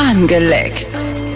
Angeleckt.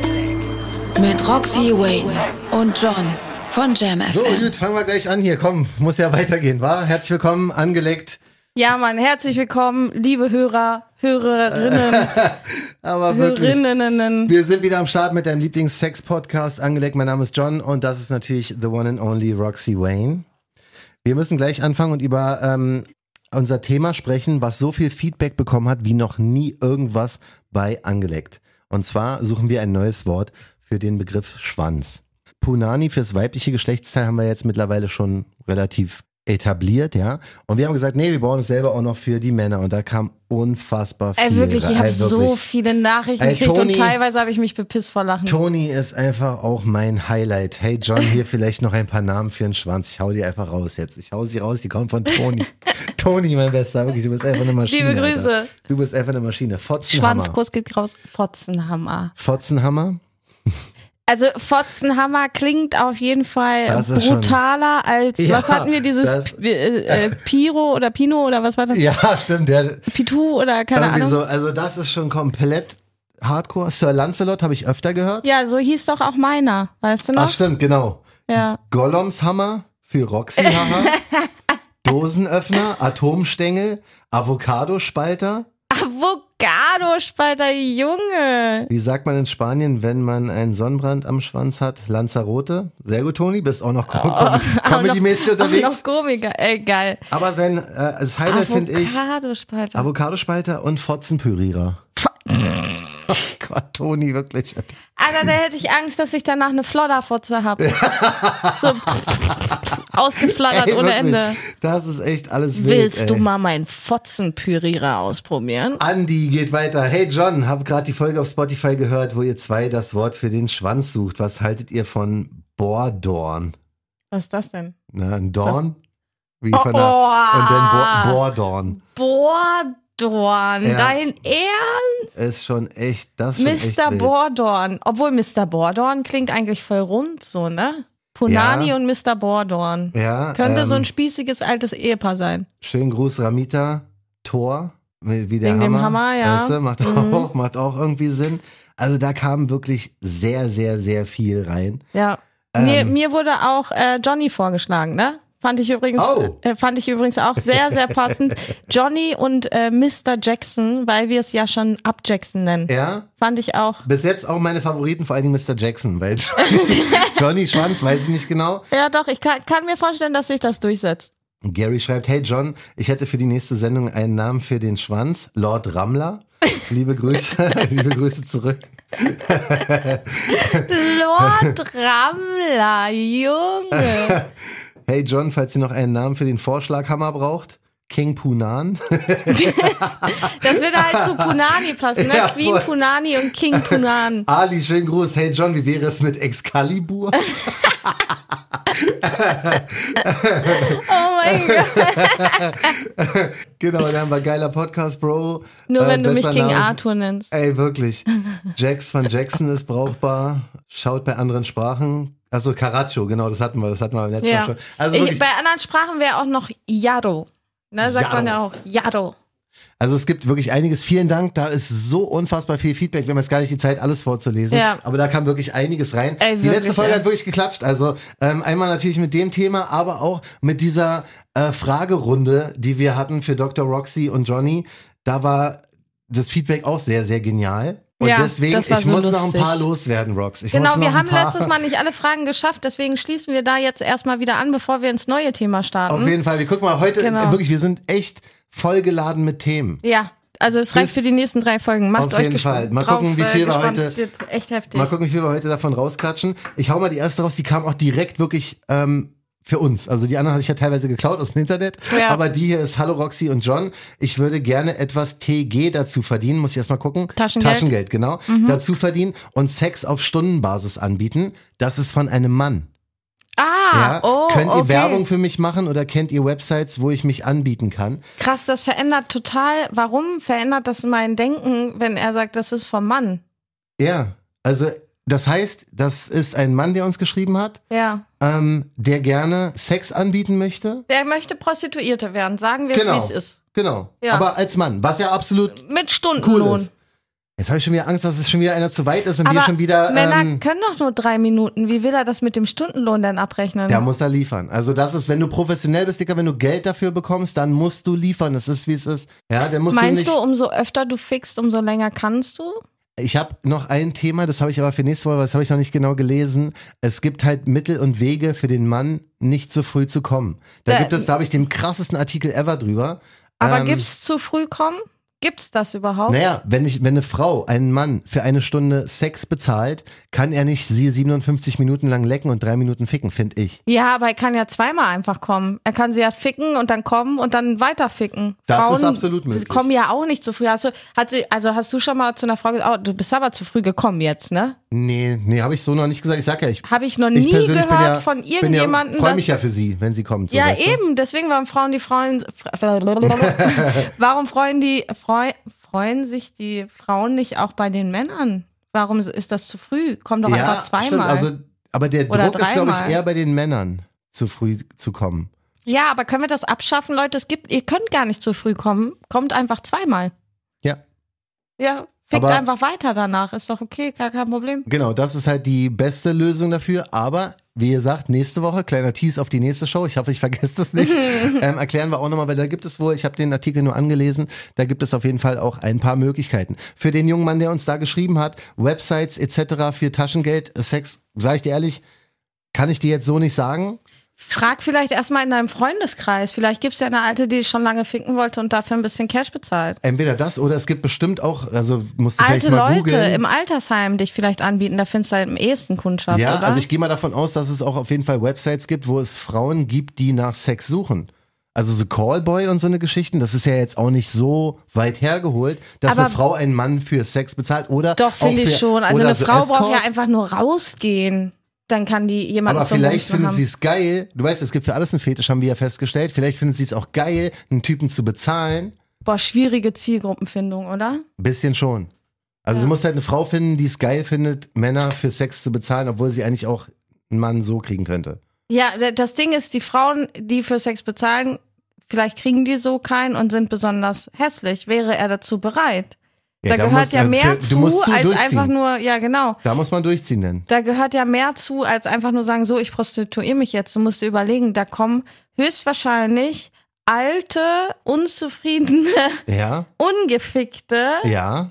Mit Roxy Wayne und John von Jam FM. So, gut, fangen wir gleich an hier. Komm, muss ja weitergehen, wa? Herzlich willkommen, Angeleckt. Ja, Mann, herzlich willkommen, liebe Hörer, Hörerinnen. Aber wirklich, Hörerinnen. wir sind wieder am Start mit deinem Lieblings-Sex-Podcast Angeleckt. Mein Name ist John und das ist natürlich the one and only Roxy Wayne. Wir müssen gleich anfangen und über unser Thema sprechen, was so viel Feedback bekommen hat, wie noch nie irgendwas bei Angeleckt. Und zwar suchen wir ein neues Wort für den Begriff Schwanz. Punani fürs weibliche Geschlechtsteil haben wir jetzt mittlerweile schon relativ etabliert, ja. Und wir haben gesagt, nee, wir brauchen es selber auch noch für die Männer. Und da kam unfassbar viel. Wirklich, ich habe so viele Nachrichten gekriegt und teilweise habe ich mich bepisst vor Lachen. Toni ist einfach auch mein Highlight. Hey John, hier vielleicht noch ein paar Namen für einen Schwanz. Ich hau die einfach raus jetzt. Ich hau sie raus, die kommen von Toni. Toni, mein Bester, wirklich, du bist einfach eine Maschine. Liebe Grüße. Alter. Du bist einfach eine Maschine. Fotzenhammer. Schwanzkuss geht raus. Fotzenhammer. Fotzenhammer? Also Fotzenhammer klingt auf jeden Fall brutaler als, ja, was hatten wir, dieses Piro oder Pino oder was war das? Ja, stimmt. Pitu oder keine Ahnung. So, also das ist schon komplett Hardcore. Sir Lancelot habe ich öfter gehört. Ja, so hieß doch auch meiner, weißt du noch? Ach stimmt, genau. Ja. Gollumshammer für Roxy-Hammer. Dosenöffner, Atomstängel, Avocadospalter. Avocadospalter, Junge. Wie sagt man in Spanien, wenn man einen Sonnenbrand am Schwanz hat? Lanzarote. Sehr gut, Toni. Bist auch noch comedy-mäßig unterwegs. Auch noch Komiker, geil. Aber sein das Highlight finde ich Avocadospalter und Fotzenpürierer. Oh Gott, Toni, wirklich. Alter, da hätte ich Angst, dass ich danach eine Flodderfotze habe. So ausgeflattert ohne Ende. Das ist echt alles wild. Willst du mal meinen Fotzenpürierer ausprobieren? Andi geht weiter. Hey John, hab gerade die Folge auf Spotify gehört, wo ihr zwei das Wort für den Schwanz sucht. Was haltet ihr von Bohrdorn? Was ist das denn? Na, ein Dorn? Wie von der, und dann Bohrdorn. Bohrdorn, ja. Dein Ernst? Ist schon echt, das ist schon echt Mr. wild. Bohrdorn. Obwohl Mr. Bohrdorn klingt eigentlich voll rund so, ne? Punani und Mr. Bohrdorn. Ja. Könnte so ein spießiges altes Ehepaar sein. Schönen Gruß, Ramita. Thor. Wie der Wegen Hammer. Dem Hammer, ja. Weißt du, macht auch irgendwie Sinn. Also da kam wirklich sehr, sehr, sehr viel rein. Ja. Mir wurde auch Johnny vorgeschlagen, ne? Fand ich übrigens auch sehr, sehr passend. Johnny und Mr. Jackson, weil wir es ja schon Up Jackson nennen. Ja. Fand ich auch. Bis jetzt auch meine Favoriten, vor allem Mr. Jackson, weil Johnny Schwanz, weiß ich nicht genau. Ja doch, ich kann mir vorstellen, dass sich das durchsetzt. Gary schreibt, hey John, ich hätte für die nächste Sendung einen Namen für den Schwanz. Lord Rammler. Liebe Grüße, liebe Grüße zurück. Lord Rammler, Junge. Hey John, falls ihr noch einen Namen für den Vorschlaghammer braucht, King Punan. Das würde halt zu Punani passen, ne? Ja, Queen voll. Punani und King Punan. Ali, schönen Gruß. Hey John, wie wäre es mit Excalibur? Oh mein Gott. Genau, dann haben wir geiler Podcast, Bro. Nur wenn du mich King Name. Arthur nennst. Ey, wirklich. Jax von Jackson ist brauchbar. Schaut bei anderen Sprachen. Also Caracho, genau, das hatten wir beim letzten Mal schon. Also bei anderen Sprachen wäre auch noch Yaro. Ne, sagt man ja auch. Yaro. Also es gibt wirklich einiges. Vielen Dank. Da ist so unfassbar viel Feedback. Wir haben jetzt gar nicht die Zeit, alles vorzulesen. Ja. Aber da kam wirklich einiges rein. Ey, die letzte Folge hat wirklich geklatscht. Also einmal natürlich mit dem Thema, aber auch mit dieser Fragerunde, die wir hatten für Dr. Roxy und Johnny. Da war das Feedback auch sehr, sehr genial. Und deswegen, ich muss noch ein paar loswerden, Rox. Genau, wir haben letztes Mal nicht alle Fragen geschafft, deswegen schließen wir da jetzt erstmal wieder an, bevor wir ins neue Thema starten. Auf jeden Fall, wir gucken mal, heute wirklich, wir sind echt vollgeladen mit Themen. Ja, also es reicht für die nächsten 3 Folgen. Macht euch gespannt. Mal gucken, wie viel wir heute. Das wird echt heftig. Mal gucken, wie viel wir heute davon rausklatschen. Ich hau mal die erste raus, die kam auch direkt wirklich für uns. Also die anderen hatte ich ja teilweise geklaut aus dem Internet. Ja. Aber die hier ist Hallo Roxy und John. Ich würde gerne etwas TG dazu verdienen. Muss ich erst mal gucken. Taschengeld, genau. Dazu verdienen und Sex auf Stundenbasis anbieten. Das ist von einem Mann. Könnt ihr Werbung für mich machen oder kennt ihr Websites, wo ich mich anbieten kann? Krass, das verändert total. Warum verändert das mein Denken, wenn er sagt, das ist vom Mann? Ja, also das heißt, das ist ein Mann, der uns geschrieben hat, der gerne Sex anbieten möchte. Der möchte Prostituierte werden, sagen wir es, wie es ist. Genau, aber als Mann, was ja absolut mit Stundenlohn. Cool ist. Jetzt habe ich schon wieder Angst, dass es schon wieder einer zu weit ist und aber wir schon wieder... Männer können doch nur 3 Minuten. Wie will er das mit dem Stundenlohn denn abrechnen? Der muss er liefern. Also das ist, wenn du professionell bist, Dicker, wenn du Geld dafür bekommst, dann musst du liefern. Das ist, wie es ist. Ja, dann musst Meinst du nicht... umso öfter du fickst, umso länger kannst du? Ich habe noch ein Thema, das habe ich aber für nächste Woche, das habe ich noch nicht genau gelesen. Es gibt halt Mittel und Wege für den Mann, nicht zu früh zu kommen. Da habe ich den krassesten Artikel ever drüber. Aber gibt's zu früh kommen? Gibt's das überhaupt? Naja, wenn eine Frau einen Mann für eine Stunde Sex bezahlt, kann er nicht sie 57 Minuten lang lecken und 3 Minuten ficken, finde ich. Ja, aber er kann ja zweimal einfach kommen. Er kann sie ja ficken und dann kommen und dann weiter ficken. Das Frauen, ist absolut möglich. Sie kommen ja auch nicht zu früh. Hast du schon mal zu einer Frau gesagt, oh, du bist aber zu früh gekommen jetzt, ne? Nee, habe ich so noch nicht gesagt. Ich sag ja, habe ich noch nie gehört von irgendjemandem. Ich freue mich ja für sie, wenn sie kommt. So, ja, weißt du? eben. Deswegen warum freuen sich die Frauen nicht auch bei den Männern? Warum ist das zu früh? Komm doch einfach zweimal. Stimmt. Also, aber der oder Druck ist, glaube ich, dreimal. eher bei den Männern, zu früh zu kommen. Ja, aber können wir das abschaffen, Leute? Ihr könnt gar nicht zu früh kommen. Kommt einfach zweimal. Ja. Ja, fickt Aber- einfach weiter danach. Ist doch okay, gar kein Problem. Genau, das ist halt die beste Lösung dafür. Aber wie gesagt, nächste Woche, kleiner Tease auf die nächste Show, ich hoffe, ich vergesse das nicht, erklären wir auch nochmal, weil da gibt es wohl, ich habe den Artikel nur angelesen, da gibt es auf jeden Fall auch ein paar Möglichkeiten. Für den jungen Mann, der uns da geschrieben hat, Websites etc. für Taschengeld, Sex, sage ich dir ehrlich, kann ich dir jetzt so nicht sagen. Frag vielleicht erstmal in deinem Freundeskreis. Vielleicht gibt's ja eine Alte, die schon lange ficken wollte und dafür ein bisschen Cash bezahlt. Entweder das oder es gibt bestimmt auch, also musst du Alte vielleicht mal Leute googeln. im Altersheim dich vielleicht anbieten, da findest du halt am ehesten Kundschaft, Ja, oder? also ich gehe mal davon aus, dass es auch auf jeden Fall Websites gibt, wo es Frauen gibt, die nach Sex suchen. Also so Callboy und so eine Geschichten, das ist ja jetzt auch nicht so weit hergeholt, dass Aber eine Frau einen Mann für Sex bezahlt oder Doch, finde auch ich für- schon. Also oder eine so Frau braucht Escort. ja einfach nur rausgehen. Dann kann die jemanden Aber zum vielleicht Bumsen findet haben. sie es geil, du weißt, es gibt für alles einen Fetisch, haben wir ja festgestellt, vielleicht findet sie es auch geil, einen Typen zu bezahlen. Boah, schwierige Zielgruppenfindung, oder? Ein bisschen schon. Also Ja. du musst halt eine Frau finden, die es geil findet, Männer für Sex zu bezahlen, obwohl sie eigentlich auch einen Mann so kriegen könnte. Ja, das Ding ist, die Frauen, die für Sex bezahlen, vielleicht kriegen die so keinen und sind besonders hässlich. Wäre er dazu bereit? Ja, da gehört ja mehr zu, als durchziehen. einfach nur, ja genau. Da muss man durchziehen denn. Da gehört ja mehr zu, als einfach nur sagen, so, ich prostituiere mich jetzt. Du musst dir überlegen, da kommen höchstwahrscheinlich alte, unzufriedene, Ja, ungefickte, ja.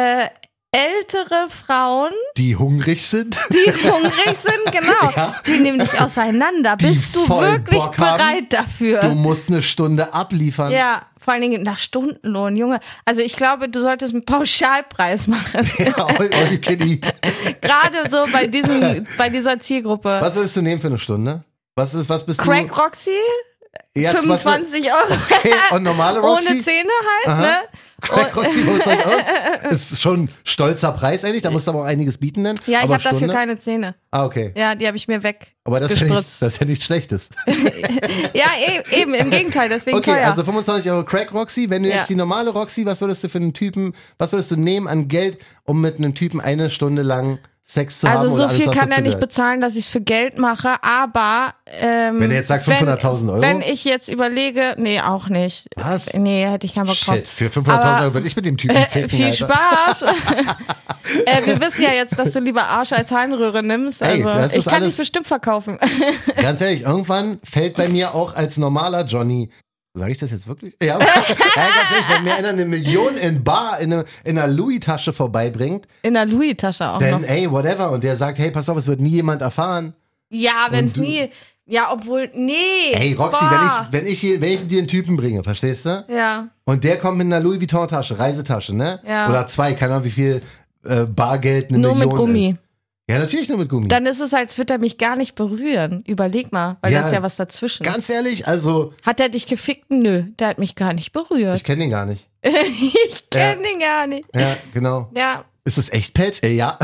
ältere Frauen, Die hungrig sind. die hungrig sind, genau. Ja. Die nehmen dich auseinander. Die Bist du voll wirklich Bock haben. bereit dafür? Du musst eine Stunde abliefern. Ja, vor allen Dingen nach Stundenlohn, Junge. Also ich glaube, du solltest einen Pauschalpreis machen. Ja, all you can eat. Gerade so bei dieser Zielgruppe. Was würdest du nehmen für eine Stunde? Was bist Crack du? Roxy, Ja, 25 € Okay, und normale Roxy? ohne Zähne halt, Aha. ne? Crack Roxy 25 €. Ist schon ein stolzer Preis eigentlich, da musst du aber auch einiges bieten dann. Ja, ich aber habe dafür Stunde? keine Zähne. Ah, okay. Ja, die habe ich mir Aber das ist ja weggespritzt. nichts Schlechtes. Ja, eben, im Gegenteil, deswegen Okay, teuer. also 25 € Crack Roxy. Wenn du Ja. jetzt die normale Roxy, was würdest du für einen Typen, was würdest du nehmen an Geld, um mit einem Typen eine Stunde lang Sex zu haben? Also so oder alles, viel was kann er dazu nicht gehört? bezahlen, dass ich es für Geld mache, aber Wenn er jetzt sagt 500.000 €? Wenn ich jetzt überlege, nee, auch nicht. Was? Nee, hätte ich keinen Bock drauf. Shit, für 500.000 € würde ich mit dem Typen ficken, Viel Alter. Spaß. Wir wissen ja jetzt, dass du lieber Arsch als Harnröhre nimmst. Ey, Also das ich ist kann alles- dich bestimmt verkaufen. Ganz ehrlich, irgendwann fällt bei mir auch als normaler Johnny, sag ich das jetzt wirklich? Ja, ganz ehrlich, wenn mir einer 1 Million in Bar in einer Louis-Tasche vorbeibringt, In der Louis-Tasche auch dann noch. ey, whatever, und der sagt, hey, pass auf, es wird nie jemand erfahren. Ja, wenn es Und du- nie. Ja, obwohl, nee. Ey, Roxy, Boah. wenn ich dir einen Typen bringe, verstehst du? Ja. Und der kommt mit einer Louis Vuitton-Tasche, Reisetasche, ne? Ja. Oder 2, keine Ahnung, wie viel Bargeld eine Nur Million mit Gummi. ist. Ja, natürlich nur mit Gummi. Dann ist es, als würde er mich gar nicht berühren. Überleg mal, weil Ja, da ist ja was dazwischen. Ganz ehrlich, also, Hat er dich gefickt? Nö, der hat mich gar nicht berührt. ich kenne den gar nicht. Ich kenne den gar nicht. Ja, genau. Ja. Ist das echt Pelz? Ja.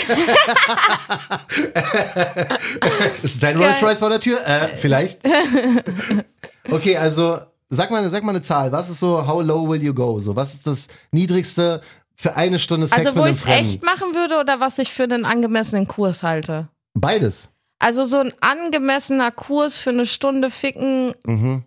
Ist dein Geil. Rolls Royce vor der Tür? Vielleicht. Okay, also sag mal eine Zahl. Was ist so, how low will you go? So, was ist das Niedrigste für eine Stunde Sex Also wo mit ich einem es Fremden? echt machen würde oder was ich für einen angemessenen Kurs halte? Beides. Also so ein angemessener Kurs für eine Stunde Ficken, Mhm.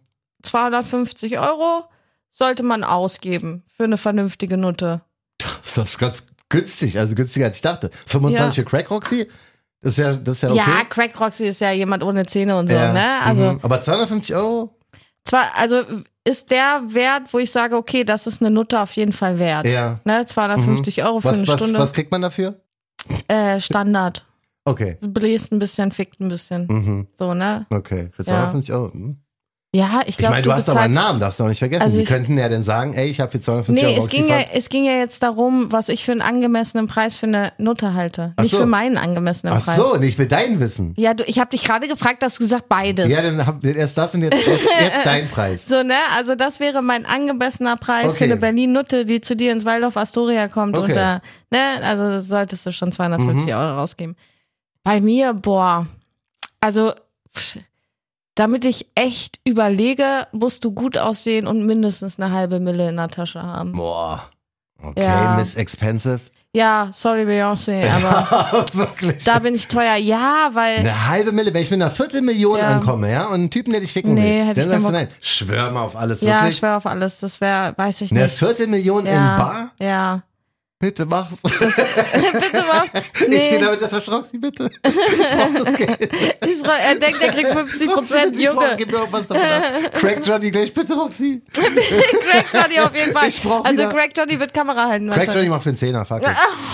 250 € sollte man ausgeben für eine vernünftige Nutte. Das ist ganz günstig, also günstiger als ich dachte. 25 für Crack Roxy? Das ist ja okay. Ja, Crack Roxy ist ja jemand ohne Zähne und so, ne? Also, aber 250 €? Zwar, also ist der Wert, wo ich sage, okay, das ist eine Nutte auf jeden Fall wert. Ja. Ne? 250 € für eine Stunde. Was kriegt man dafür? Standard. Okay. Bläst ein bisschen, fickt ein bisschen. So, ne? Okay, für 250 €. Ja, ich glaube, du hast aber einen Namen, darfst du auch nicht vergessen. Also die könnten ja dann sagen, ey, ich habe für 250 € es ging ja jetzt darum, was ich für einen angemessenen Preis für eine Nutte halte. Nicht für meinen angemessenen Preis. Ach so, nicht für deinen Wissen. Ja, ich habe dich gerade gefragt, hast du gesagt beides. Ja, dann erst das und jetzt dein Preis. So, ne? Also das wäre mein angemessener Preis für eine Berlin-Nutte, die zu dir ins Waldorf Astoria kommt. Und da, ne? Also das solltest du schon 250 € rausgeben. Bei mir, also damit ich echt überlege, musst du gut aussehen und mindestens eine halbe Mille in der Tasche haben. Boah. Okay, Miss Expensive. Ja, sorry Beyoncé, aber wirklich? Da bin ich teuer. Ja, weil... Eine halbe Mille, wenn ich mit einer Viertelmillion ankomme, ja, und einen Typen, der dich ficken will, dann sagst du nein. Schwör mal auf alles, wirklich? Ja, ich schwör auf alles. Das wäre, weiß ich nicht. Eine Viertelmillion in Bar? Ja. Bitte mach's. Bitte mach's. Nee. Ich stehe da mit der Tasche, Roxy, bitte. Ich brauch das Geld. Er denkt, er kriegt 50%, Junge. Gib mir auch was davon ab. Crack Johnny gleich, bitte, Roxy. Crack Johnny auf jeden Fall. Also Crack Johnny wird Kamera halten. Crack Johnny macht für einen 10er, fuck it.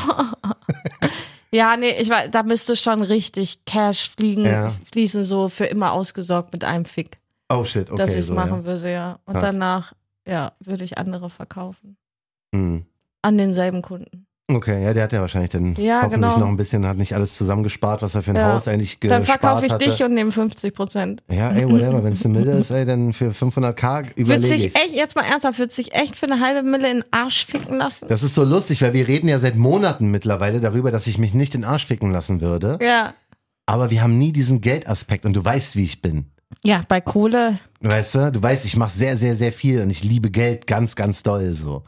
Ja, nee, da müsste schon richtig Cash fließen, so für immer ausgesorgt mit einem Fick. Oh shit, okay. Dass ich es machen würde, ja. Und danach, würde ich andere verkaufen. An denselben Kunden. Okay, ja, der hat ja wahrscheinlich dann hoffentlich noch ein bisschen, hat nicht alles zusammengespart, was er für ein Haus eigentlich gespart hatte. Dann verkaufe ich dich und nehme 50%. Ja, ey, whatever, wenn es eine Mille ist, ey, dann für 500.000 überlege ich. Jetzt mal ernsthaft, würdest du dich echt für eine halbe Mille in den Arsch ficken lassen? Das ist so lustig, weil wir reden ja seit Monaten mittlerweile darüber, dass ich mich nicht in den Arsch ficken lassen würde. Ja. Aber wir haben nie diesen Geldaspekt und du weißt, wie ich bin. Ja, bei Kohle. Weißt du, ich mache sehr, sehr, sehr viel und ich liebe Geld ganz, ganz doll so.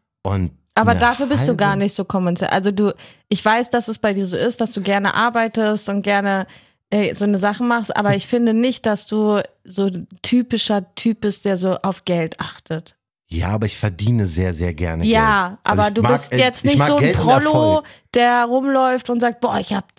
Aber dafür bist du gar nicht so kommerziell. Also ich weiß, dass es bei dir so ist, dass du gerne arbeitest und gerne so eine Sache machst, aber ich finde nicht, dass du so ein typischer Typ bist, der so auf Geld achtet. Ja, aber ich verdiene sehr, sehr gerne Geld. Ja, aber du bist jetzt nicht so ein Prollo, der rumläuft und sagt, boah, ich habe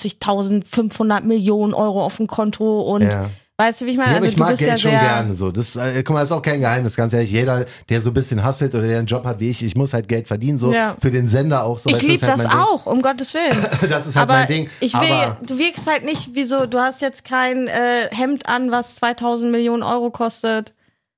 20.500 Millionen Euro auf dem Konto und weißt du, wie ich meine? Ja, aber also, ich mag Geld schon gerne. So. Das, guck mal, das ist auch kein Geheimnis, ganz ehrlich. Jeder, der so ein bisschen hustelt oder der einen Job hat wie ich muss halt Geld verdienen, so für den Sender auch. So, ich liebe das auch, um Gottes Willen. Das ist halt mein Ding. Du wirkst halt nicht wie so, du hast jetzt kein Hemd an, was 2.000 Millionen Euro kostet.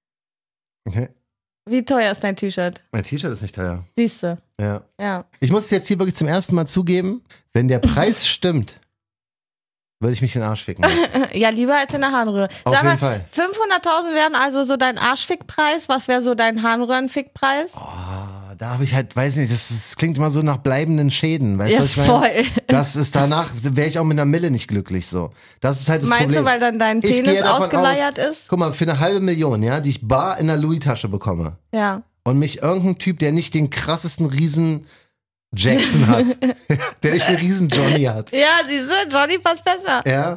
Okay. Wie teuer ist dein T-Shirt? Mein T-Shirt ist nicht teuer. Siehst du. Ja. Ich muss es jetzt hier wirklich zum ersten Mal zugeben, wenn der Preis stimmt, würde ich mich in den Arsch ficken lassen. Ja, lieber als in der Harnröhre. Auf jeden Fall. 500.000 wären also so dein Arschfickpreis. Was wäre so dein Harnröhrenfickpreis? Oh, da habe ich halt, weiß nicht, das klingt immer so nach bleibenden Schäden. Weißt du, was ich meine? Voll. Das ist danach, wäre ich auch mit einer Mille nicht glücklich so. Das ist halt das Problem. Meinst du, weil dann dein Penis ausgeleiert ist? Guck mal, für eine halbe Million, die ich bar in der Louis-Tasche bekomme. Ja. Und mich irgendein Typ, der nicht den krassesten Riesen Jackson hat, der nicht einen riesen Johnny hat. Ja, siehst du, Johnny passt besser. Ja,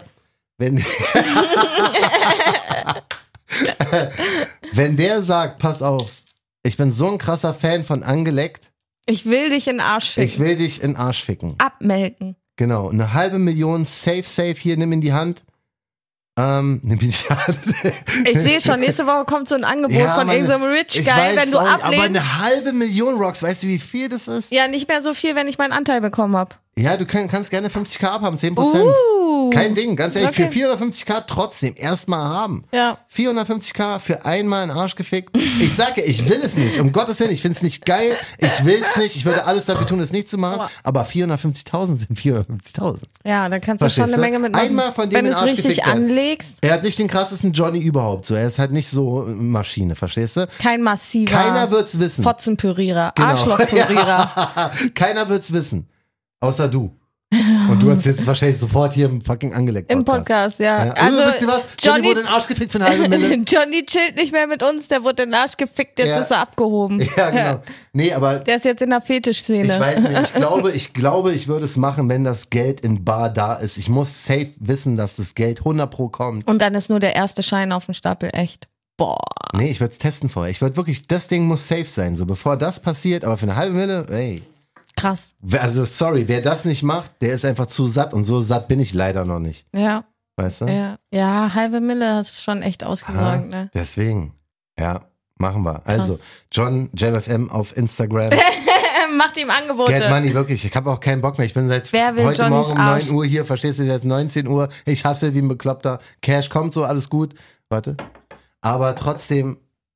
wenn der sagt, pass auf, ich bin so ein krasser Fan von Angeleckt. Ich will dich in den Arsch ficken. Ich will dich in den Arsch ficken. Abmelken. Genau, eine halbe Million, safe, hier, nimm in die Hand. Nimm in die Hand. Ich sehe schon, nächste Woche kommt so ein Angebot von irgendeinem Rich Guy, wenn du ablehnst. Aber eine halbe Million, Rox, weißt du, wie viel das ist? Ja, nicht mehr so viel, wenn ich meinen Anteil bekommen habe. Ja, du kannst gerne 50.000 abhaben, 10%. Kein Ding, ganz ehrlich, für 450.000 trotzdem erstmal haben. Ja. 450.000 für einmal einen Arsch gefickt. Ich sage, ich will es nicht, um Gottes Willen, ich finde es nicht geil, ich will es nicht, ich würde alles dafür tun, es nicht zu machen, aber 450.000 sind 450.000. Ja, dann kannst du schon eine Menge mitmachen. Einmal von dem wenn du es richtig anlegst. Er hat nicht den krassesten Johnny überhaupt, so, er ist halt nicht so Maschine, verstehst du? Kein massiver. Keiner wird's wissen. Fotzenpürierer, genau. Arschlochpürierer. Keiner wird's wissen. Außer du. Und du erzählst wahrscheinlich sofort hier im fucking Angeleckt Im Podcast, ja. Also, wisst ihr was? Johnny wurde in den Arsch gefickt für eine halbe Mille. Johnny chillt nicht mehr mit uns, der wurde in den Arsch gefickt, jetzt ist er abgehoben. Ja, genau. Nee, aber der ist jetzt in der Fetischszene. Ich weiß nicht, ich glaube, ich würde es machen, wenn das Geld in bar da ist. Ich muss safe wissen, dass das Geld 100% kommt. Und dann ist nur der erste Schein auf dem Stapel echt. Boah. Nee, ich würde es testen vorher. Ich würde wirklich, das Ding muss safe sein, so bevor das passiert, aber für eine halbe Mille, ey. Krass. Also sorry, wer das nicht macht, der ist einfach zu satt und so satt bin ich leider noch nicht. Ja. Weißt du? Ja, halbe Mille hast du schon echt ausgesorgt, ne? Deswegen. Ja, machen wir. Also, John, JamFM auf Instagram. Macht ihm Angebote. Get Money, wirklich. Ich habe auch keinen Bock mehr. Ich bin seit heute Johnny's Morgen um 9 Arsch? Uhr hier, verstehst du, jetzt 19 Uhr. Ich hustle wie ein Bekloppter. Cash kommt so, alles gut. Warte. Aber trotzdem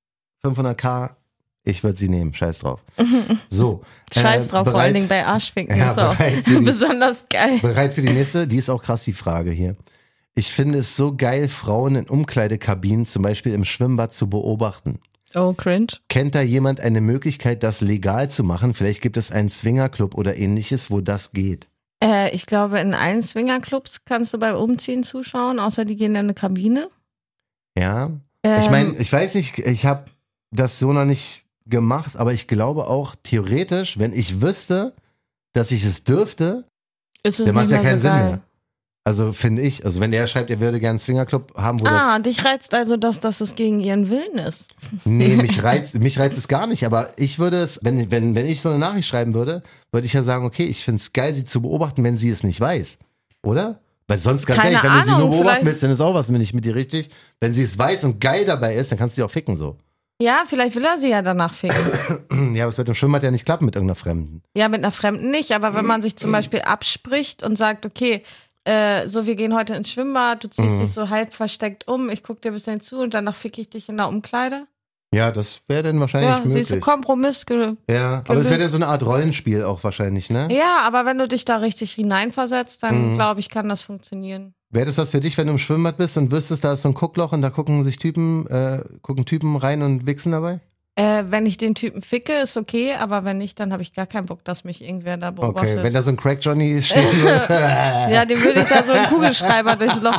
500k, ich würde sie nehmen. Scheiß drauf. So. Scheiß drauf, vor allen Dingen bei Arschficken. Ja, ist auch besonders geil. Bereit für die nächste? Die ist auch krass, die Frage hier. Ich finde es so geil, Frauen in Umkleidekabinen, zum Beispiel im Schwimmbad, zu beobachten. Oh, cringe. Kennt da jemand eine Möglichkeit, das legal zu machen? Vielleicht gibt es einen Swingerclub oder ähnliches, wo das geht. Ich glaube, in allen Swingerclubs kannst du beim Umziehen zuschauen, außer die gehen in eine Kabine. Ja. Ich meine, ich weiß nicht, ich habe das so noch nicht gemacht, aber ich glaube auch theoretisch, wenn ich wüsste, dass ich es dürfte, dann macht es ja keinen Sinn mehr. Also finde ich, also wenn er schreibt, er würde gerne einen Swingerclub haben, wo das... dich reizt also, dass es gegen ihren Willen ist. Nee, mich reizt es gar nicht, aber ich würde es, wenn ich so eine Nachricht schreiben würde, würde ich ja sagen, okay, ich finde es geil, sie zu beobachten, wenn sie es nicht weiß. Oder? Weil sonst, ganz ehrlich, wenn du sie nur beobachten willst, dann ist auch was nicht mit dir richtig. Wenn sie es weiß und geil dabei ist, dann kannst du sie auch ficken so. Ja, vielleicht will er sie ja danach ficken. Ja, aber es wird im Schwimmbad ja nicht klappen mit irgendeiner Fremden. Ja, mit einer Fremden nicht, aber wenn man sich zum Beispiel abspricht und sagt, okay, so, wir gehen heute ins Schwimmbad, du ziehst dich so halb versteckt um, ich guck dir ein bisschen zu und danach fick ich dich in der Umkleide. Ja, das wäre dann wahrscheinlich möglich. Siehst du, Kompromiss. Ja, aber es wäre ja so eine Art Rollenspiel auch wahrscheinlich, ne? Ja, aber wenn du dich da richtig hineinversetzt, dann glaube ich, kann das funktionieren. Wäre das was für dich, wenn du im Schwimmbad bist und wüsstest, da ist so ein Guckloch und da gucken Typen rein und wichsen dabei? Wenn ich den Typen ficke, ist okay, aber wenn nicht, dann habe ich gar keinen Bock, dass mich irgendwer da beobachtet. Okay, wenn da so ein Crack-Johnny steht. Ja, dem würde ich da so einen Kugelschreiber durchs Loch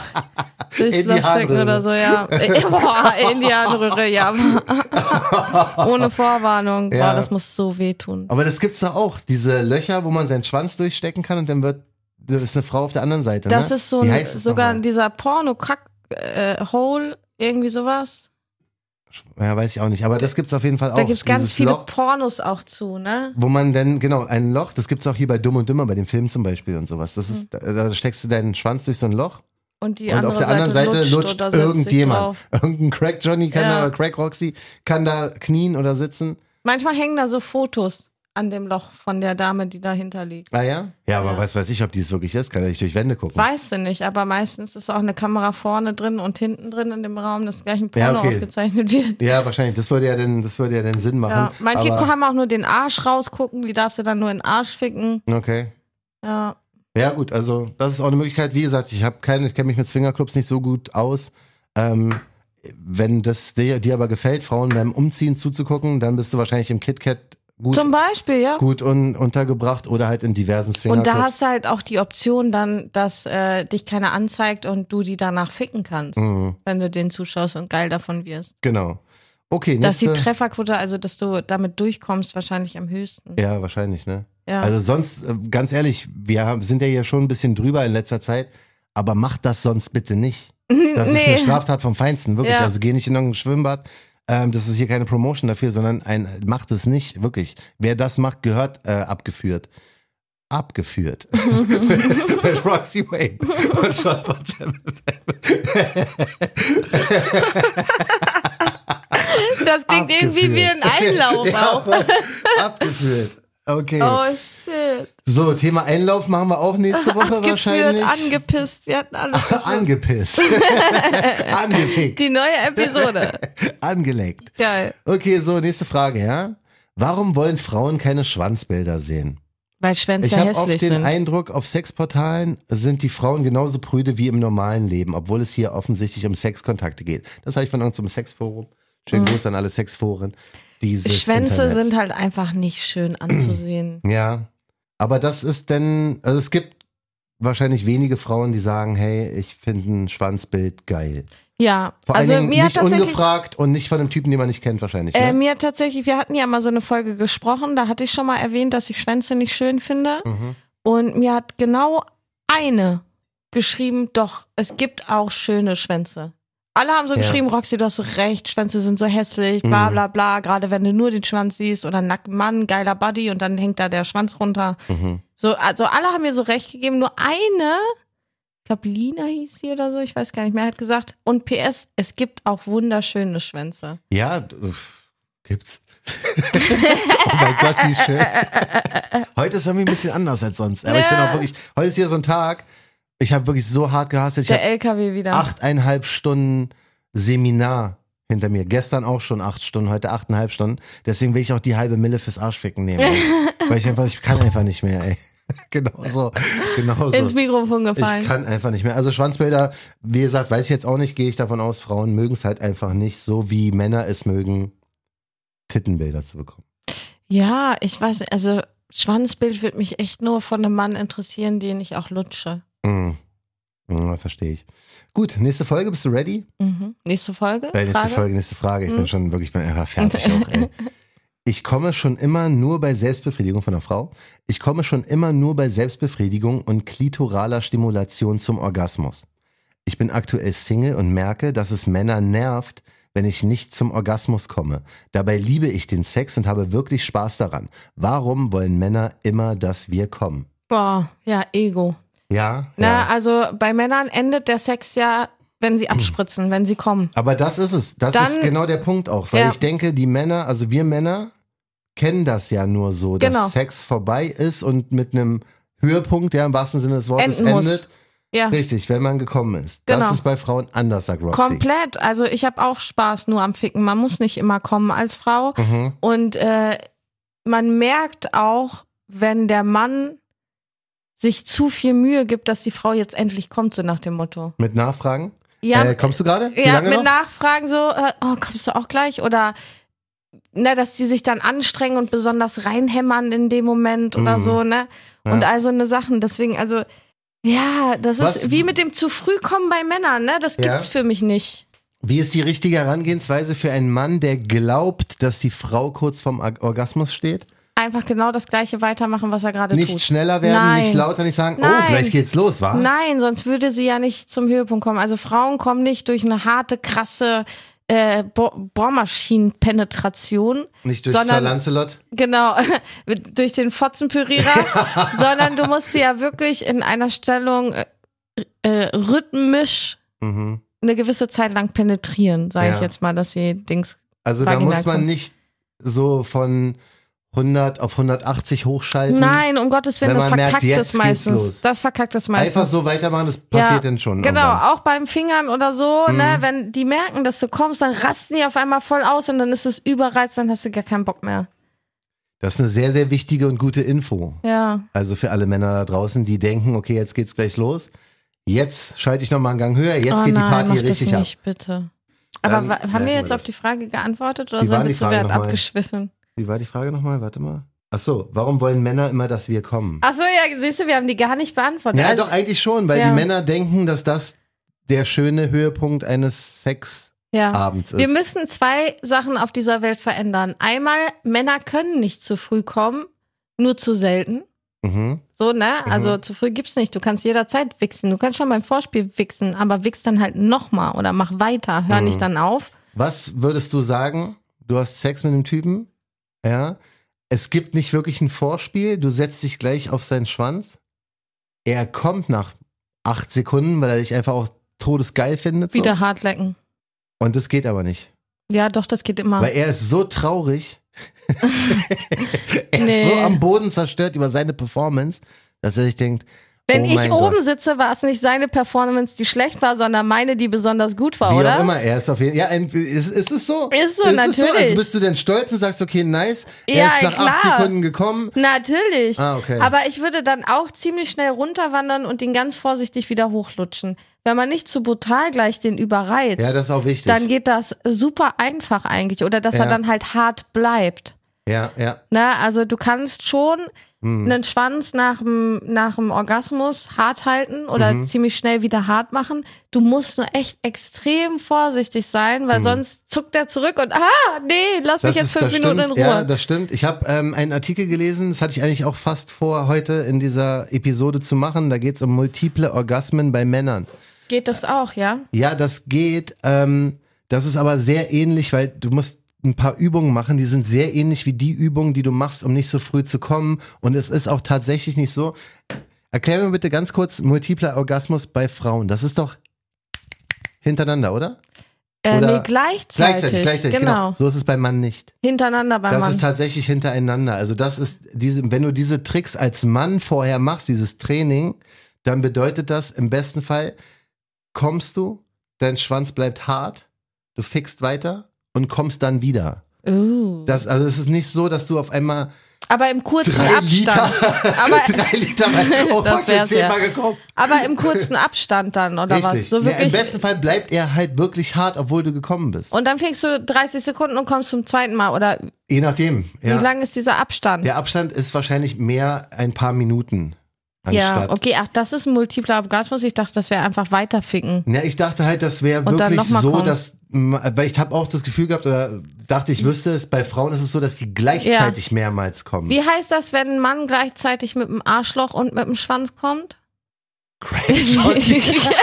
stecken oder so, ja. Boah, in die Harnröhre, ja. Ohne Vorwarnung. Ja. Boah, das muss so wehtun. Aber das gibt's doch auch, diese Löcher, wo man seinen Schwanz durchstecken kann und dann das ist eine Frau auf der anderen Seite, das ne? Ist so sogar dieser Porno-Kack-Hole, irgendwie sowas. Ja, weiß ich auch nicht, aber das gibt's auf jeden Fall auch. Da gibt's ganz viele Loch, Pornos auch zu, ne? wo man dann, genau, ein Loch, das gibt's auch hier bei Dumm und Dümmer, bei dem Film zum Beispiel und sowas. Das ist, da steckst du deinen Schwanz durch so ein Loch. Und auf der anderen Seite lutscht irgendjemand. Irgendein Crack-Johnny kann da, oder Crack-Roxy kann da knien oder sitzen. Manchmal hängen da so Fotos an dem Loch von der Dame, die dahinter liegt. Ah ja? Ja, aber weiß ich, ob die es wirklich ist. Kann ja nicht durch Wände gucken. Weißt du nicht, aber meistens ist auch eine Kamera vorne drin und hinten drin in dem Raum, dass gleich ein Porno aufgezeichnet wird. Ja, wahrscheinlich. Das würde ja den Sinn machen. Ja. Manche haben auch nur den Arsch rausgucken, die darfst du dann nur in den Arsch ficken. Okay. Ja. Ja gut, also das ist auch eine Möglichkeit. Wie gesagt, ich kenne mich mit Swingerclubs nicht so gut aus. Wenn das dir aber gefällt, Frauen beim Umziehen zuzugucken, dann bist du wahrscheinlich im KitKat gut, zum Beispiel, ja. Gut untergebracht oder halt in diversen Swingerclubs. Und da hast du halt auch die Option dann, dass dich keiner anzeigt und du die danach ficken kannst, wenn du denen zuschaust und geil davon wirst. Genau. Okay, dass die Trefferquote, also dass du damit durchkommst, wahrscheinlich am höchsten. Ja, wahrscheinlich, ne? Ja. Also sonst, ganz ehrlich, wir sind ja hier schon ein bisschen drüber in letzter Zeit, aber macht das sonst bitte nicht. Das ist eine Straftat vom Feinsten, wirklich. Ja. Also geh nicht in irgendein Schwimmbad. Das ist hier keine Promotion dafür, sondern macht es nicht, wirklich. Wer das macht, gehört abgeführt. Abgeführt. Mit Roxy Wayne und John von Das klingt irgendwie wie ein Einlauf auch. Abgeführt. Okay. Oh shit. So, Thema Einlauf machen wir auch nächste Woche wahrscheinlich. Angepisst, wir hatten alles. Angepisst. Angefickt. Die neue Episode. Angeleckt. Geil. Okay, so, nächste Frage, ja? Warum wollen Frauen keine Schwanzbilder sehen? Weil Schwänze hässlich sind. Ich habe oft den Eindruck, auf Sexportalen sind die Frauen genauso prüde wie im normalen Leben, obwohl es hier offensichtlich um Sexkontakte geht. Das habe ich von irgendeinem Sexforum. Schönen Gruß an alle Sexforen. Schwänze Internets. Sind halt einfach nicht schön anzusehen. Ja, aber das ist denn, also es gibt wahrscheinlich wenige Frauen, die sagen, hey, ich finde ein Schwanzbild geil. Ja, vor allen Dingen nicht ungefragt und nicht von einem Typen, den man nicht kennt wahrscheinlich. Ne? Mir tatsächlich, wir hatten ja mal so eine Folge gesprochen, da hatte ich schon mal erwähnt, dass ich Schwänze nicht schön finde. Und mir hat genau eine geschrieben, doch, es gibt auch schöne Schwänze. Alle haben so geschrieben, Roxy, du hast recht, Schwänze sind so hässlich, bla bla bla, gerade wenn du nur den Schwanz siehst oder einen nackten Mann, geiler Buddy und dann hängt da der Schwanz runter. So, also alle haben mir so recht gegeben, nur eine, ich glaube Lina hieß sie oder so, ich weiß gar nicht mehr, hat gesagt, und PS, es gibt auch wunderschöne Schwänze. Ja, gibt's. Oh mein Gott, wie schön. Heute ist irgendwie ein bisschen anders als sonst, aber ich bin auch wirklich, heute ist hier so ein Tag, ich habe wirklich so hart gehasselt. Der LKW wieder. 8,5 Stunden Seminar hinter mir. Gestern auch schon 8 Stunden, heute 8,5 Stunden. Deswegen will ich auch die halbe Mille fürs Arschficken nehmen. Weil ich kann einfach nicht mehr, ey. Genau so. Ins Mikrofon gefallen. Ich kann einfach nicht mehr. Also Schwanzbilder, wie gesagt, weiß ich jetzt auch nicht, gehe ich davon aus, Frauen mögen es halt einfach nicht, so wie Männer es mögen, Tittenbilder zu bekommen. Ja, ich weiß, also Schwanzbild würde mich echt nur von einem Mann interessieren, den ich auch lutsche. Ja, verstehe ich. Gut, nächste Folge, bist du ready? Nächste Folge? Nächste Frage. Ich bin einfach fertig auch, ey. Ich komme schon immer nur bei Selbstbefriedigung von einer Frau. Ich komme schon immer nur bei Selbstbefriedigung und klitoraler Stimulation zum Orgasmus. Ich bin aktuell Single und merke, dass es Männer nervt, wenn ich nicht zum Orgasmus komme. Dabei liebe ich den Sex und habe wirklich Spaß daran. Warum wollen Männer immer, dass wir kommen? Boah, ja, Ego. Ja. Also bei Männern endet der Sex ja, wenn sie abspritzen, wenn sie kommen. Aber das ist es. Das ist genau der Punkt auch. Weil ich denke, die Männer, also wir Männer, kennen das ja nur so, dass Sex vorbei ist und mit einem Höhepunkt, der im wahrsten Sinne des Wortes endet. Ja. Richtig, wenn man gekommen ist. Das ist bei Frauen anders, sagt Roxy. Komplett. Also ich habe auch Spaß nur am Ficken. Man muss nicht immer kommen als Frau. Und man merkt auch, wenn der Mann sich zu viel Mühe gibt, dass die Frau jetzt endlich kommt, so nach dem Motto. Mit Nachfragen? Ja. Kommst du gerade? Ja, mit Nachfragen so, kommst du auch gleich? Oder dass die sich dann anstrengen und besonders reinhämmern in dem Moment oder so, ne? Und all so eine Sachen. Deswegen, also, ja, das ist wie mit dem zu früh kommen bei Männern, ne? Das gibt's für mich nicht. Wie ist die richtige Herangehensweise für einen Mann, der glaubt, dass die Frau kurz vorm Orgasmus steht? Einfach genau das Gleiche weitermachen, was er gerade tut. Nicht schneller werden, nicht lauter, nicht sagen, oh, gleich geht's los, wa? Nein, sonst würde sie ja nicht zum Höhepunkt kommen. Also Frauen kommen nicht durch eine harte, krasse Bohrmaschinenpenetration. Nicht durch Sir Lancelot? Genau, durch den Fotzenpürierer, sondern du musst sie ja wirklich in einer Stellung rhythmisch eine gewisse Zeit lang penetrieren, sage ich jetzt mal, dass sie Also da muss man nicht so von 100 auf 180 hochschalten. Nein, um Gottes Willen, das verkackt es meistens. Das verkackt es meistens. Einfach so weitermachen, das passiert dann schon. Genau, irgendwann. Auch beim Fingern oder so, ne, wenn die merken, dass du kommst, dann rasten die auf einmal voll aus und dann ist es überreizt, dann hast du gar keinen Bock mehr. Das ist eine sehr, sehr wichtige und gute Info. Ja. Also für alle Männer da draußen, die denken, okay, jetzt geht's gleich los. Jetzt schalte ich nochmal einen Gang höher, jetzt geht die Party mach richtig das nicht, ab. Bitte. Aber haben wir jetzt auf die Frage geantwortet oder sind wir zu weit abgeschwiffen? Wie war die Frage nochmal? Warte mal. Ach so, warum wollen Männer immer, dass wir kommen? Ach so, ja, siehst du, wir haben die gar nicht beantwortet. Ja, doch, eigentlich schon, weil die Männer denken, dass das der schöne Höhepunkt eines Sexabends ist. Wir müssen 2 Sachen auf dieser Welt verändern. Einmal, Männer können nicht zu früh kommen, nur zu selten. So, ne? Also zu früh gibt's nicht. Du kannst jederzeit wichsen. Du kannst schon beim Vorspiel wichsen, aber wichs dann halt nochmal oder mach weiter. Hör nicht dann auf. Was würdest du sagen? Du hast Sex mit einem Typen, ja? Es gibt nicht wirklich ein Vorspiel, du setzt dich gleich auf seinen Schwanz. Er kommt nach 8 Sekunden, weil er dich einfach auch todesgeil findet. So. Wieder hart lecken. Und das geht aber nicht. Ja, doch, das geht immer. Weil er ist so traurig. Er ist so am Boden zerstört über seine Performance, dass er sich denkt, wenn ich oben sitze, war es nicht seine Performance, die schlecht war, sondern meine, die besonders gut war, wie oder? Wie auch immer, er ist auf jeden Fall. Ja, ist es so? Ist so, natürlich. So? Also bist du denn stolz und sagst, okay, nice, er ist nach 8 Sekunden gekommen? Natürlich. Okay. Aber ich würde dann auch ziemlich schnell runterwandern und ihn ganz vorsichtig wieder hochlutschen. Wenn man nicht zu brutal gleich den überreizt, ja, das ist auch wichtig. Dann geht das super einfach eigentlich. Oder dass er dann halt hart bleibt. Ja. Na, also du kannst schon einen Schwanz nach dem Orgasmus hart halten oder ziemlich schnell wieder hart machen. Du musst nur echt extrem vorsichtig sein, weil sonst zuckt er zurück und lass mich jetzt 5 Minuten in Ruhe. Ja, das stimmt. Ich habe einen Artikel gelesen, das hatte ich eigentlich auch fast vor, heute in dieser Episode zu machen. Da geht es um multiple Orgasmen bei Männern. Geht das auch, ja? Ja, das geht. Das ist aber sehr ähnlich, weil du musst ein paar Übungen machen, die sind sehr ähnlich wie die Übungen, die du machst, um nicht so früh zu kommen. Und es ist auch tatsächlich nicht so. Erklär mir bitte ganz kurz multipler Orgasmus bei Frauen. Das ist doch hintereinander, oder? Nee, gleichzeitig. Genau. So ist es beim Mann nicht. Hintereinander beim Mann. Das ist tatsächlich hintereinander. Also das ist wenn du diese Tricks als Mann vorher machst, dieses Training, dann bedeutet das im besten Fall, kommst du, dein Schwanz bleibt hart, du fickst weiter und kommst dann wieder. Also es ist nicht so, dass du auf einmal aber im kurzen Abstand. 3 Liter das wär's ja. Gekommen. Aber im kurzen Abstand dann, oder Richtig. was? So wirklich, ja, im besten Fall bleibt er halt wirklich hart, obwohl du gekommen bist. Und dann fängst du 30 Sekunden und kommst zum zweiten Mal, oder? Je nachdem. Ja. Wie lang ist dieser Abstand? Der Abstand ist wahrscheinlich mehr ein paar Minuten. Ja, okay, ach, das ist ein multipler Orgasmus. Ich dachte, das wäre einfach weiterficken. Ja, ich dachte halt, das wäre wirklich so, dass, weil ich habe auch das Gefühl gehabt, oder dachte, ich wüsste es, bei Frauen ist es so, dass die gleichzeitig mehrmals kommen. Wie heißt das, wenn ein Mann gleichzeitig mit dem Arschloch und mit dem Schwanz kommt? Craig Johnny.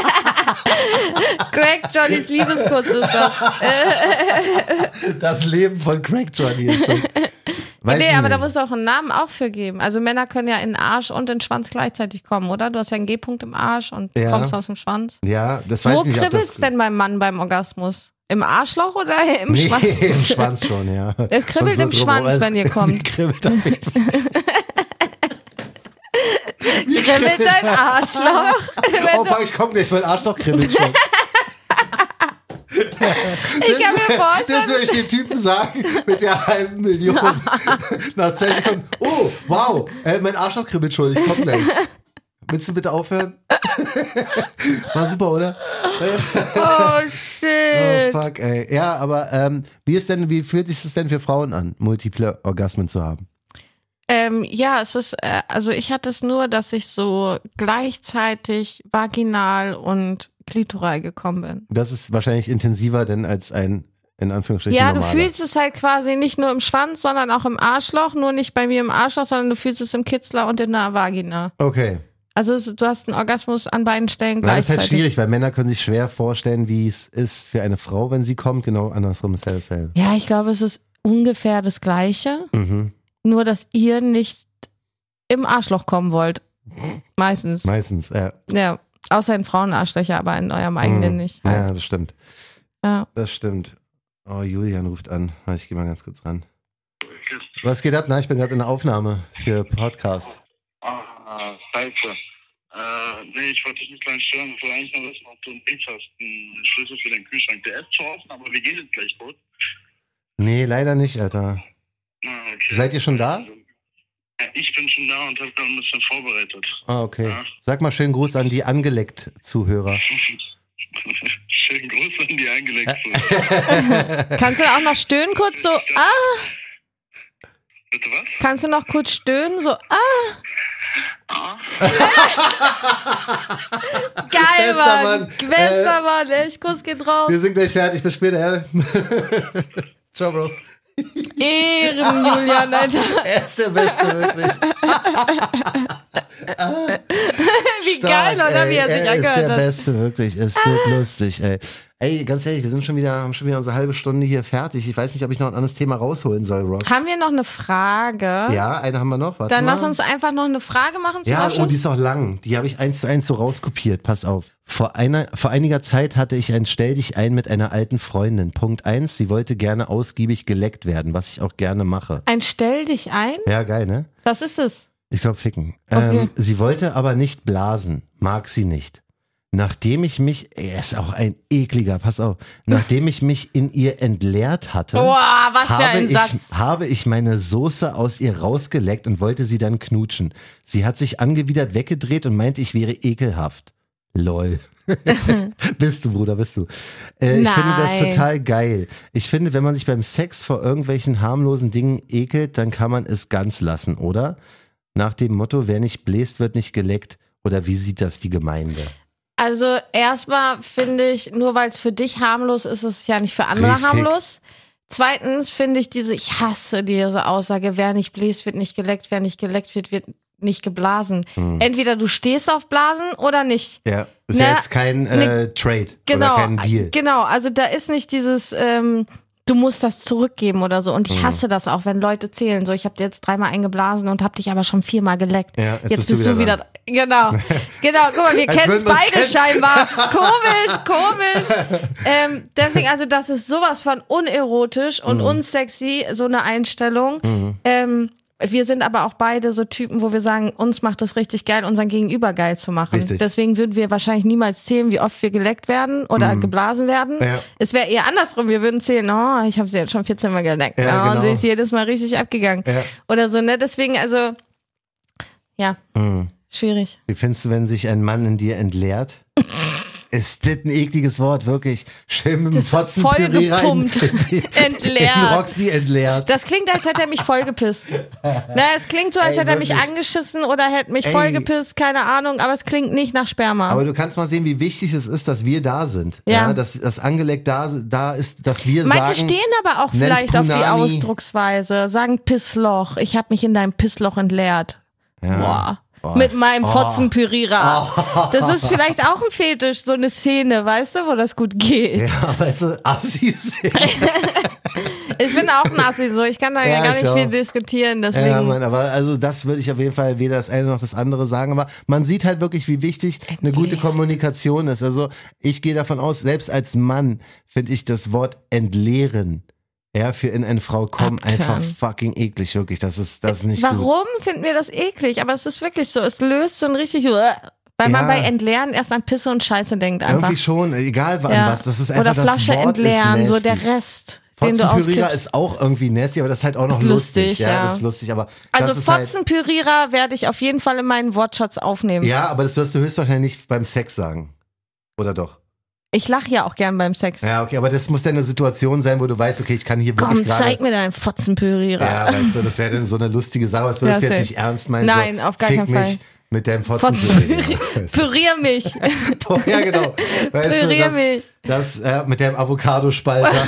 Craig Johnnys Liebeskuss ist das. Das Leben von Craig Johnny ist das. Nee, aber da muss es auch einen Namen auch für geben. Also Männer können ja in den Arsch und in den Schwanz gleichzeitig kommen, oder? Du hast ja einen G-Punkt im Arsch und kommst aus dem Schwanz. Ja, das weiß ich nicht. Wo kribbelt's denn beim Mann beim Orgasmus? Im Arschloch oder im Schwanz? Im Schwanz schon, ja. Es kribbelt so im Schwanz, wenn ihr kommt. Kribbelt auf jeden Fall. Kribbelt dein Arschloch? Oh, fuck, ich komm gleich, mein Arschloch kribbelt schon. Ich kann mir vorstellen. Das würde ich dem Typen sagen, mit der halben Million. Nach 10 Sekunden. Oh, wow, mein Arschloch kribbelt schon, ich komm gleich. Willst du bitte aufhören? War super, oder? Oh, shit. Oh, fuck, ey. Ja, aber wie fühlt sich das denn für Frauen an, multiple Orgasmen zu haben? Ja, es ist, also ich hatte es nur, dass ich so gleichzeitig vaginal und klitoral gekommen bin. Das ist wahrscheinlich intensiver denn als ein, in Anführungsstrichen, ja, normaler. Du fühlst es halt quasi nicht nur im Schwanz, sondern auch im Arschloch, nur nicht bei mir im Arschloch, sondern du fühlst es im Kitzler und in der Vagina. Okay. Also du hast einen Orgasmus an beiden Stellen gleichzeitig. Das ist halt schwierig, weil Männer können sich schwer vorstellen, wie es ist für eine Frau, wenn sie kommt. Genau andersrum ist ja dasselbe. Ja, ich glaube, es ist ungefähr das Gleiche. Mhm. Nur, dass ihr nicht im Arschloch kommen wollt. Meistens. Meistens, ja. Ja, außer in Frauenarschlöcher, aber in eurem eigenen nicht. Halt. Ja, das stimmt. Ja. Das stimmt. Oh, Julian ruft an. Ich gehe mal ganz kurz ran. Was geht ab? Na, ich bin gerade in der Aufnahme für Podcast. Scheiße. Nee, ich wollte dich nicht gleich stören. Ich wollte eigentlich nur wissen, ob du einen Brief hast, einen Schlüssel für den Kühlschrank. Der ist schon offen, aber wir gehen jetzt gleich kurz. Nee, leider nicht, Alter. Okay. Seid ihr schon da? Ja, ich bin schon da und habe da ein bisschen vorbereitet. Ah, okay. Ja. Sag mal schönen Gruß an die Angeleckt-Zuhörer. Schönen Gruß an die Angeleckt-Zuhörer. Kannst du auch noch stöhnen kurz so, Bitte was? Kannst du noch kurz stöhnen, so, Geil, Mann. Bester Mann, echt. Kuss geht raus. Wir sind gleich fertig. Bis später. Ciao, Bro. Ehren, Julian, Alter. Er ist der Beste, wirklich. Wie stark, geil, oder? Wie er sich angehört hat. Er ist der Beste, wirklich. Es wird lustig, ey. Ey, ganz ehrlich, wir sind haben schon wieder unsere halbe Stunde hier fertig. Ich weiß nicht, ob ich noch ein anderes Thema rausholen soll, Rox. Haben wir noch eine Frage? Ja, eine haben wir noch. Warte Dann mal. lass uns einfach noch eine Frage machen zum Abschluss. Ja, die ist auch lang. Die habe ich 1:1 so rauskopiert. Pass auf. Vor einiger Zeit hatte ich ein Stell dich ein mit einer alten Freundin. Punkt 1, sie wollte gerne ausgiebig geleckt werden, was ich auch gerne mache. Ein Stell dich ein? Ja, geil, ne? Was ist es? Ich glaube ficken. Okay. Sie wollte aber nicht blasen. Mag sie nicht. Nachdem ich mich, er ist auch ein ekliger, pass auf, nachdem ich mich in ihr entleert hatte, habe ich meine Soße aus ihr rausgeleckt und wollte sie dann knutschen. Sie hat sich angewidert weggedreht und meinte, ich wäre ekelhaft. Lol. Bist du, Bruder, bist du. Ich finde das total geil. Ich finde, wenn man sich beim Sex vor irgendwelchen harmlosen Dingen ekelt, dann kann man es ganz lassen, oder? Nach dem Motto, wer nicht bläst, wird nicht geleckt. Oder wie sieht das die Gemeinde? Also erstmal finde ich, nur weil es für dich harmlos ist, ist es ja nicht für andere harmlos. Zweitens finde ich ich hasse diese Aussage, wer nicht bläst, wird nicht geleckt, wer nicht geleckt wird nicht geblasen. Entweder du stehst auf Blasen oder nicht. Ja, ist ja jetzt kein Trade oder kein Deal. Genau, also da ist nicht dieses, du musst das zurückgeben oder so. Und ich hasse das auch, wenn Leute zählen. So, ich habe dir jetzt 3-mal eingeschlagen und habe dich aber schon 4-mal geleckt. Ja, jetzt bist du wieder Genau, guck mal, wir kennen es beide scheinbar. Komisch. Deswegen, also das ist sowas von unerotisch und unsexy, so eine Einstellung. Wir sind aber auch beide so Typen, wo wir sagen, uns macht es richtig geil, unseren Gegenüber geil zu machen. Richtig. Deswegen würden wir wahrscheinlich niemals zählen, wie oft wir geleckt werden oder geblasen werden. Ja. Es wäre eher andersrum, wir würden zählen, oh, ich habe sie jetzt schon 14 Mal geleckt. Genau. Und sie ist jedes Mal richtig abgegangen. Ja. Oder so, ne? Deswegen, also, ja, schwierig. Wie findest du, wenn sich ein Mann in dir entleert? Ist das ein ekliges Wort, wirklich. Schön mit dem Fotzenpürierer entleert. In Roxy entleert. Das klingt, als hätte er mich vollgepisst. Es klingt so, als hätte er mich angeschissen oder hätte mich vollgepisst, keine Ahnung, aber es klingt nicht nach Sperma. Aber du kannst mal sehen, wie wichtig es ist, dass wir da sind. Ja. Dass das Angeleckt da ist, dass wir Manche sagen... Manche stehen aber auch vielleicht auf die Ausdrucksweise, sagen Pissloch, ich habe mich in deinem Pissloch entleert. Ja. Boah. Mit meinem Fotzenpürierer. Das ist vielleicht auch ein Fetisch, so eine Szene, weißt du, wo das gut geht. Ja, weißt du, Assis. Ich bin auch ein Assi, so. Ich kann da ja gar nicht viel diskutieren, deswegen. Ja, Mann, aber also das würde ich auf jeden Fall weder das eine noch das andere sagen, aber man sieht halt wirklich, wie wichtig eine gute Kommunikation ist. Also ich gehe davon aus, selbst als Mann finde ich das Wort entleeren, für in eine Frau kommen, einfach fucking eklig, wirklich. Das ist nicht Warum gut. Warum finden wir das eklig? Aber es ist wirklich so. Es löst so ein richtig, weil man bei Entleeren erst an Pisse und Scheiße denkt einfach. Irgendwie schon, egal wann was. Das ist einfach oder Flasche das Wort entleeren, so der Rest, den du auskippst. Fotzenpürierer ist auch irgendwie nasty, aber das ist halt auch noch lustig. Ja, das ist lustig, aber also Fotzenpürierer werde ich auf jeden Fall in meinen Wortschatz aufnehmen. Ja, aber das wirst du höchstwahrscheinlich nicht beim Sex sagen. Oder doch? Ich lache ja auch gern beim Sex. Ja, okay, aber das muss dann eine Situation sein, wo du weißt, okay, ich kann hier wirklich Komm, zeig mir deinen Fotzenpürierer. Ja, weißt du, das wäre dann so eine lustige Sache, das würdest du jetzt nicht ernst meinen. Nein, so, auf gar keinen Fall. Mit deinem Fotzenpürierer. Pürier mich. Ja, genau. Weißt Pürier mich. Das mit deinem Avocadospalter.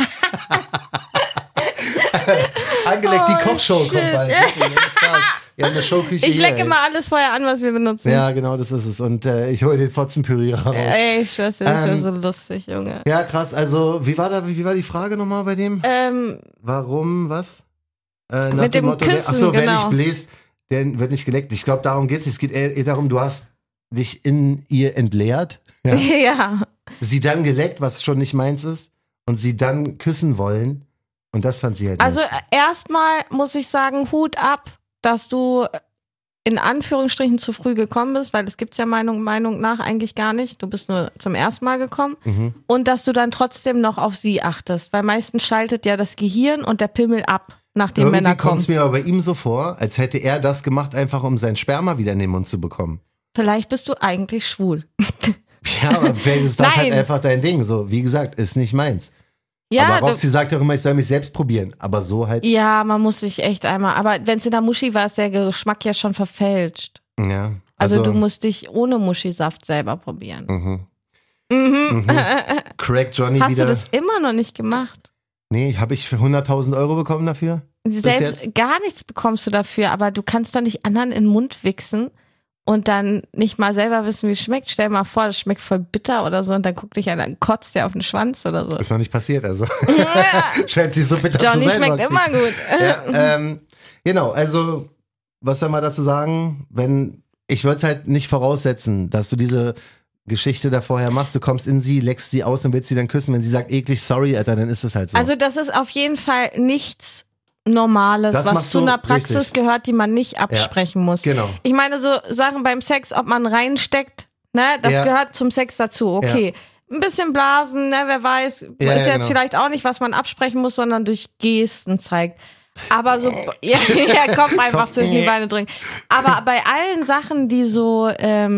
Angeleckt, die Kochshow kommt bald. Ja, in der Showküche. Ich lecke immer alles vorher an, was wir benutzen. Ja, genau, das ist es. Und ich hole den Fotzenpürierer raus. Ey, ich schwör's dir, das wäre so lustig, Junge. Ja, krass. Also, wie war die Frage nochmal bei dem? Warum, was? Mit dem Motto, Küssen, achso, wer genau. nicht bläst, der wird nicht geleckt. Ich glaube, darum geht's. Es geht eher darum, du hast dich in ihr entleert. Ja. Sie dann geleckt, was schon nicht meins ist. Und sie dann küssen wollen. Und das fand sie halt Also nicht. Erstmal muss ich sagen, Hut ab, dass du in Anführungsstrichen zu früh gekommen bist, weil das gibt's ja Meinung nach eigentlich gar nicht. Du bist nur zum ersten Mal gekommen. Und dass du dann trotzdem noch auf sie achtest, weil meistens schaltet ja das Gehirn und der Pimmel ab, nachdem Männer kommen. Irgendwie kommt es mir aber bei ihm so vor, als hätte er das gemacht, einfach um sein Sperma wieder in den Mund zu bekommen. Vielleicht bist du eigentlich schwul. Ja, aber vielleicht ist das halt einfach dein Ding. So, wie gesagt, ist nicht meins. Ja, aber Roxy sagt auch immer, ich soll mich selbst probieren. Aber so halt. Ja, man muss sich echt einmal. Aber wenn es in der Muschi war, ist der Geschmack ja schon verfälscht. Ja. Also du musst dich ohne Muschisaft selber probieren. Crack Johnny Hast wieder. Hast du das immer noch nicht gemacht? Nee, habe ich für 100.000 € bekommen dafür? Selbst gar nichts bekommst du dafür, aber du kannst doch nicht anderen in den Mund wichsen und dann nicht mal selber wissen, wie es schmeckt. Stell dir mal vor, das schmeckt voll bitter oder so und dann guckt dich einer, dann kotzt der auf den Schwanz oder so. Ist noch nicht passiert, also. Scheint sich so bitter Johnny zu sein. Johnny schmeckt Roxy. immer gut. Ja, genau, also, was soll man dazu sagen? Ich würde es halt nicht voraussetzen, dass du diese Geschichte da vorher machst, du kommst in sie, leckst sie aus und willst sie dann küssen. Wenn sie sagt, eklig, sorry, Alter, dann ist es halt so. Also das ist auf jeden Fall nichts Normales, was zu einer Praxis richtig gehört, die man nicht absprechen muss. Genau. Ich meine, so Sachen beim Sex, ob man reinsteckt, ne, das gehört zum Sex dazu, okay. Ja. Ein bisschen blasen, ne, wer weiß, ist jetzt vielleicht auch nicht, was man absprechen muss, sondern durch Gesten zeigt. Aber so, Kopf einfach zwischen die Beine drücken. Aber bei allen Sachen, die so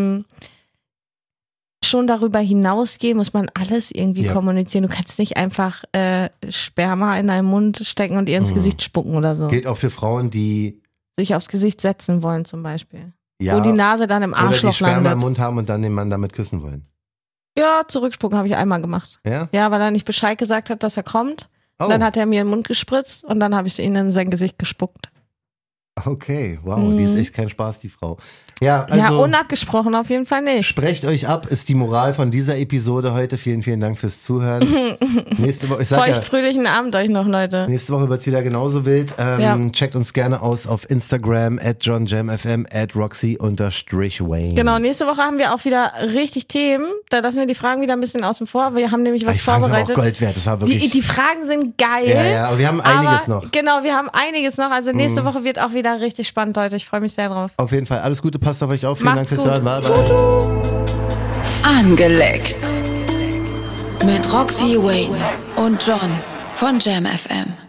schon darüber hinausgehen, muss man alles irgendwie kommunizieren. Du kannst nicht einfach Sperma in deinen Mund stecken und ihr ins Gesicht spucken oder so. Gilt auch für Frauen, die sich aufs Gesicht setzen wollen zum Beispiel. Ja, wo die Nase dann im Arschloch landet. Oder die Sperma im Mund haben und dann den Mann damit küssen wollen. Ja, zurückspucken habe ich einmal gemacht. Ja? Ja, weil er nicht Bescheid gesagt hat, dass er kommt. Oh. Dann hat er mir in den Mund gespritzt und dann habe ich ihn in sein Gesicht gespuckt. Okay, wow, die ist echt kein Spaß, die Frau. Ja, also. Ja, unabgesprochen auf jeden Fall nicht. Sprecht euch ab, ist die Moral von dieser Episode heute. Vielen, vielen Dank fürs Zuhören. Nächste Woche, fröhlichen Abend euch noch, Leute. Nächste Woche wird's wieder genauso wild. Checkt uns gerne aus auf Instagram @JohnJamFM @Roxy_Wayne. Genau, nächste Woche haben wir auch wieder richtig Themen. Da lassen wir die Fragen wieder ein bisschen außen vor. Wir haben nämlich was vorbereitet. Sind auch Gold wert. Das war wirklich. Die Fragen sind geil. Ja, aber wir haben einiges noch. Genau, wir haben einiges noch. Also nächste Woche wird auch wieder richtig spannend, Leute. Ich freue mich sehr drauf. Auf jeden Fall. Alles Gute, passt auf euch auf. Vielen Dank fürs Hören. Bye, bye. Angeleckt. Mit Roxy Wayne und John von Jam FM.